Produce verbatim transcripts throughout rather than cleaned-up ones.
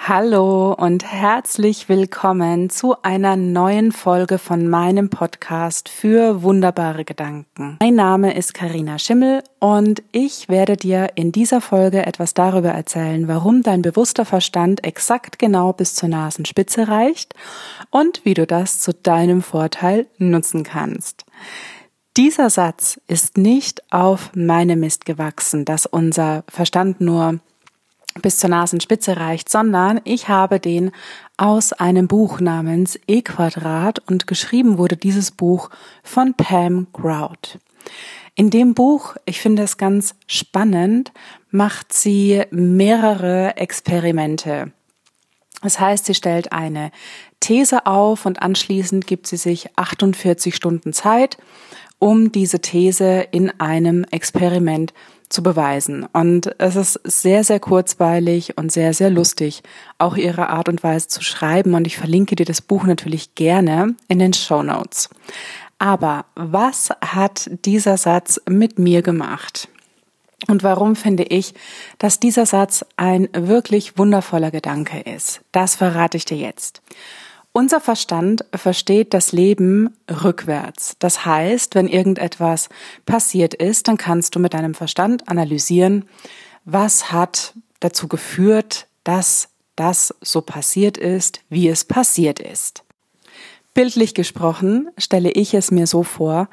Hallo und herzlich willkommen zu einer neuen Folge von meinem Podcast für wunderbare Gedanken. Mein Name ist Carina Schimmel und ich werde dir in dieser Folge etwas darüber erzählen, warum dein bewusster Verstand exakt genau bis zur Nasenspitze reicht und wie du das zu deinem Vorteil nutzen kannst. Dieser Satz ist nicht auf meinem Mist gewachsen, dass unser Verstand nur bis zur Nasenspitze reicht, sondern ich habe den aus einem Buch namens E-Quadrat und geschrieben wurde dieses Buch von Pam Grout. In dem Buch, ich finde es ganz spannend, macht sie mehrere Experimente. Das heißt, sie stellt eine These auf und anschließend gibt sie sich achtundvierzig Stunden Zeit, um diese These in einem Experiment zu beweisen. Und es ist sehr, sehr kurzweilig und sehr, sehr lustig, auch ihre Art und Weise zu schreiben. Und ich verlinke dir das Buch natürlich gerne in den Shownotes. Aber was hat dieser Satz mit mir gemacht? Und warum finde ich, dass dieser Satz ein wirklich wundervoller Gedanke ist? Das verrate ich dir jetzt. Unser Verstand versteht das Leben rückwärts. Das heißt, wenn irgendetwas passiert ist, dann kannst du mit deinem Verstand analysieren, was hat dazu geführt, dass das so passiert ist, wie es passiert ist. Bildlich gesprochen stelle ich es mir so vor,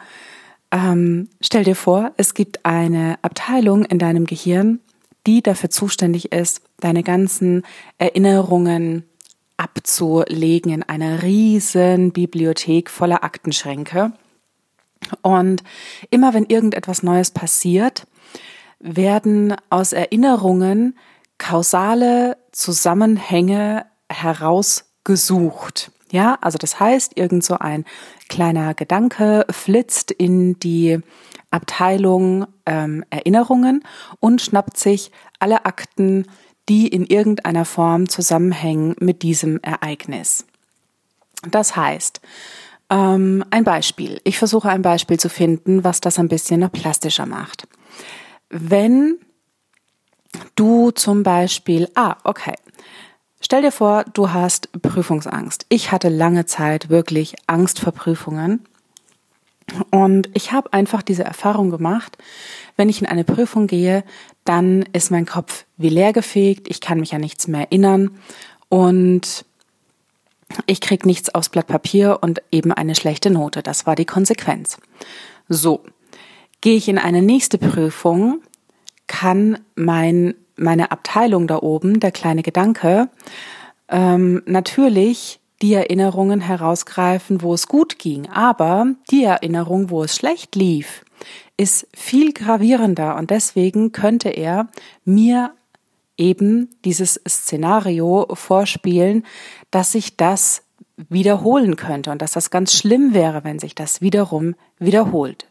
ähm, stell dir vor, es gibt eine Abteilung in deinem Gehirn, die dafür zuständig ist, deine ganzen Erinnerungen abzulegen in einer riesen Bibliothek voller Aktenschränke. Und immer wenn irgendetwas Neues passiert, werden aus Erinnerungen kausale Zusammenhänge herausgesucht. Ja, also das heißt, irgend so ein kleiner Gedanke flitzt in die Abteilung ähm, Erinnerungen und schnappt sich alle Akten, die in irgendeiner Form zusammenhängen mit diesem Ereignis. Das heißt, ähm, ein Beispiel. Ich versuche ein Beispiel zu finden, was das ein bisschen noch plastischer macht. Wenn du zum Beispiel, ah, okay, stell dir vor, du hast Prüfungsangst. Ich hatte lange Zeit wirklich Angst vor Prüfungen. Und ich habe einfach diese Erfahrung gemacht, wenn ich in eine Prüfung gehe, dann ist mein Kopf wie leergefegt, ich kann mich an nichts mehr erinnern und ich kriege nichts aufs Blatt Papier und eben eine schlechte Note. Das war die Konsequenz. So, gehe ich in eine nächste Prüfung, kann mein meine Abteilung da oben, der kleine Gedanke, ähm, natürlich die Erinnerungen herausgreifen, wo es gut ging. Aber die Erinnerung, wo es schlecht lief, ist viel gravierender und deswegen könnte er mir eben dieses Szenario vorspielen, dass sich das wiederholen könnte und dass das ganz schlimm wäre, wenn sich das wiederum wiederholt.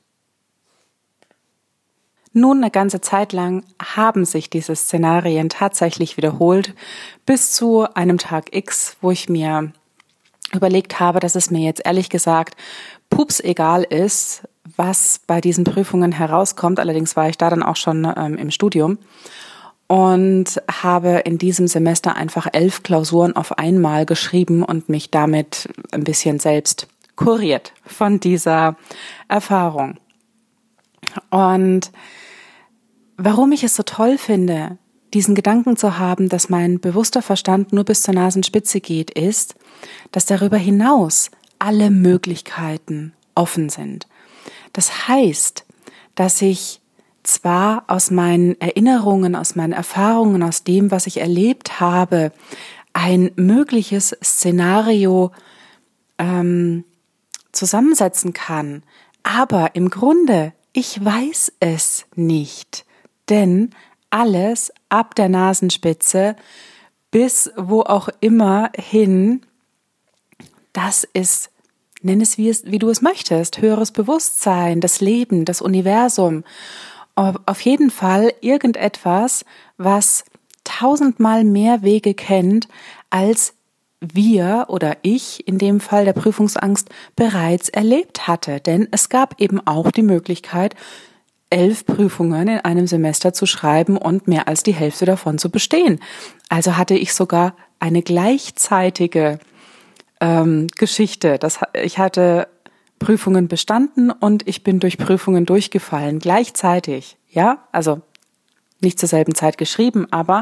Nun, eine ganze Zeit lang haben sich diese Szenarien tatsächlich wiederholt, bis zu einem Tag X, wo ich mir überlegt habe, dass es mir jetzt ehrlich gesagt pups egal ist, was bei diesen Prüfungen herauskommt. Allerdings war ich da dann auch schon ähm, im Studium und habe in diesem Semester einfach elf Klausuren auf einmal geschrieben und mich damit ein bisschen selbst kuriert von dieser Erfahrung. Und warum ich es so toll finde, diesen Gedanken zu haben, dass mein bewusster Verstand nur bis zur Nasenspitze geht, ist, dass darüber hinaus alle Möglichkeiten offen sind. Das heißt, dass ich zwar aus meinen Erinnerungen, aus meinen Erfahrungen, aus dem, was ich erlebt habe, ein mögliches Szenario ähm, zusammensetzen kann, aber im Grunde, ich weiß es nicht, denn alles ab der Nasenspitze bis wo auch immer hin, das ist, nenn es wie, es wie du es möchtest, höheres Bewusstsein, das Leben, das Universum. Auf jeden Fall irgendetwas, was tausendmal mehr Wege kennt, als wir oder ich in dem Fall der Prüfungsangst bereits erlebt hatte. Denn es gab eben auch die Möglichkeit, elf Prüfungen in einem Semester zu schreiben und mehr als die Hälfte davon zu bestehen. Also hatte ich sogar eine gleichzeitige ähm, Geschichte. Das, ich hatte Prüfungen bestanden und ich bin durch Prüfungen durchgefallen, gleichzeitig. Ja, also nicht zur selben Zeit geschrieben, aber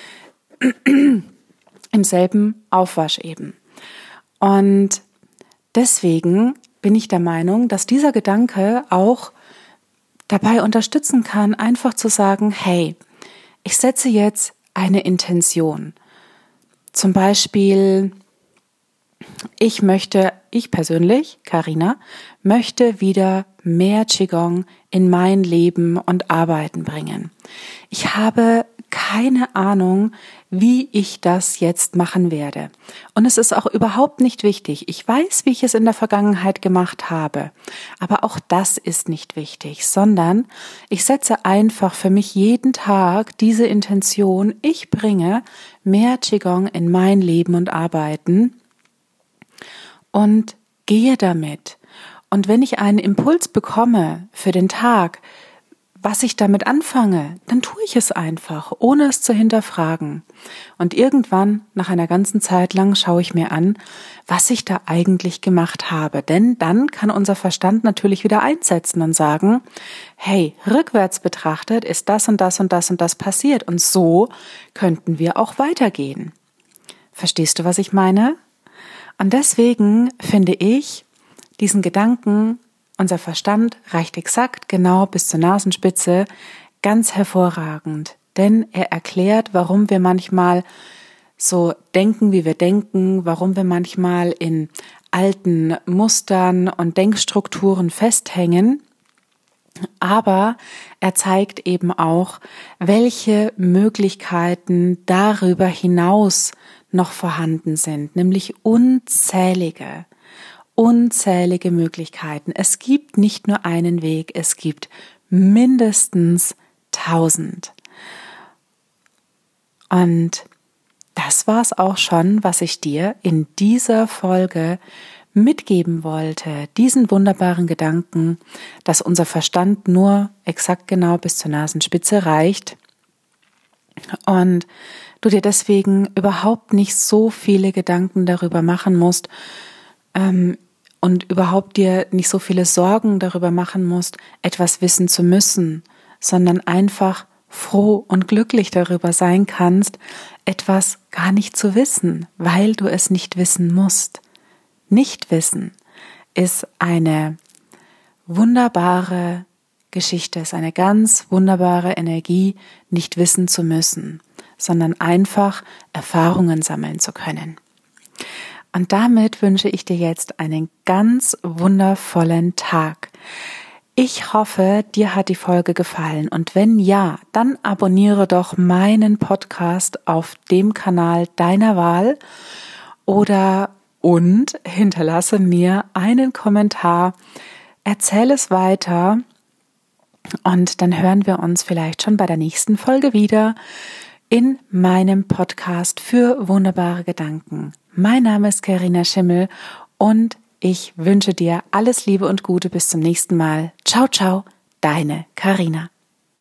im selben Aufwasch eben. Und deswegen bin ich der Meinung, dass dieser Gedanke auch dabei unterstützen kann, einfach zu sagen, hey, ich setze jetzt eine Intention. Zum Beispiel, ich möchte, ich persönlich, Carina, möchte wieder mehr Qigong in mein Leben und Arbeiten bringen. Ich habe keine Ahnung, wie ich das jetzt machen werde. Und es ist auch überhaupt nicht wichtig. Ich weiß, wie ich es in der Vergangenheit gemacht habe. Aber auch das ist nicht wichtig, sondern ich setze einfach für mich jeden Tag diese Intention, ich bringe mehr Qigong in mein Leben und Arbeiten und gehe damit. Und wenn ich einen Impuls bekomme für den Tag, was ich damit anfange, dann tue ich es einfach, ohne es zu hinterfragen. Und irgendwann, nach einer ganzen Zeit lang, schaue ich mir an, was ich da eigentlich gemacht habe. Denn dann kann unser Verstand natürlich wieder einsetzen und sagen, hey, rückwärts betrachtet ist das und das und das und das passiert. Und so könnten wir auch weitergehen. Verstehst du, was ich meine? Und deswegen finde ich diesen Gedanken, unser Verstand reicht exakt genau bis zur Nasenspitze, ganz hervorragend. Denn er erklärt, warum wir manchmal so denken, wie wir denken, warum wir manchmal in alten Mustern und Denkstrukturen festhängen. Aber er zeigt eben auch, welche Möglichkeiten darüber hinaus noch vorhanden sind, nämlich unzählige. Unzählige Möglichkeiten. Es gibt nicht nur einen Weg, es gibt mindestens tausend. Und das war's auch schon, was ich dir in dieser Folge mitgeben wollte. Diesen wunderbaren Gedanken, dass unser Verstand nur exakt genau bis zur Nasenspitze reicht und du dir deswegen überhaupt nicht so viele Gedanken darüber machen musst, Ähm, und überhaupt dir nicht so viele Sorgen darüber machen musst, etwas wissen zu müssen, sondern einfach froh und glücklich darüber sein kannst, etwas gar nicht zu wissen, weil du es nicht wissen musst. Nichtwissen ist eine wunderbare Geschichte, ist eine ganz wunderbare Energie, nicht wissen zu müssen, sondern einfach Erfahrungen sammeln zu können. Und damit wünsche ich dir jetzt einen ganz wundervollen Tag. Ich hoffe, dir hat die Folge gefallen und wenn ja, dann abonniere doch meinen Podcast auf dem Kanal deiner Wahl oder und hinterlasse mir einen Kommentar, erzähle es weiter und dann hören wir uns vielleicht schon bei der nächsten Folge wieder in meinem Podcast für wunderbare Gedanken. Mein Name ist Carina Schimmel und ich wünsche dir alles Liebe und Gute bis zum nächsten Mal. Ciao, ciao, deine Carina.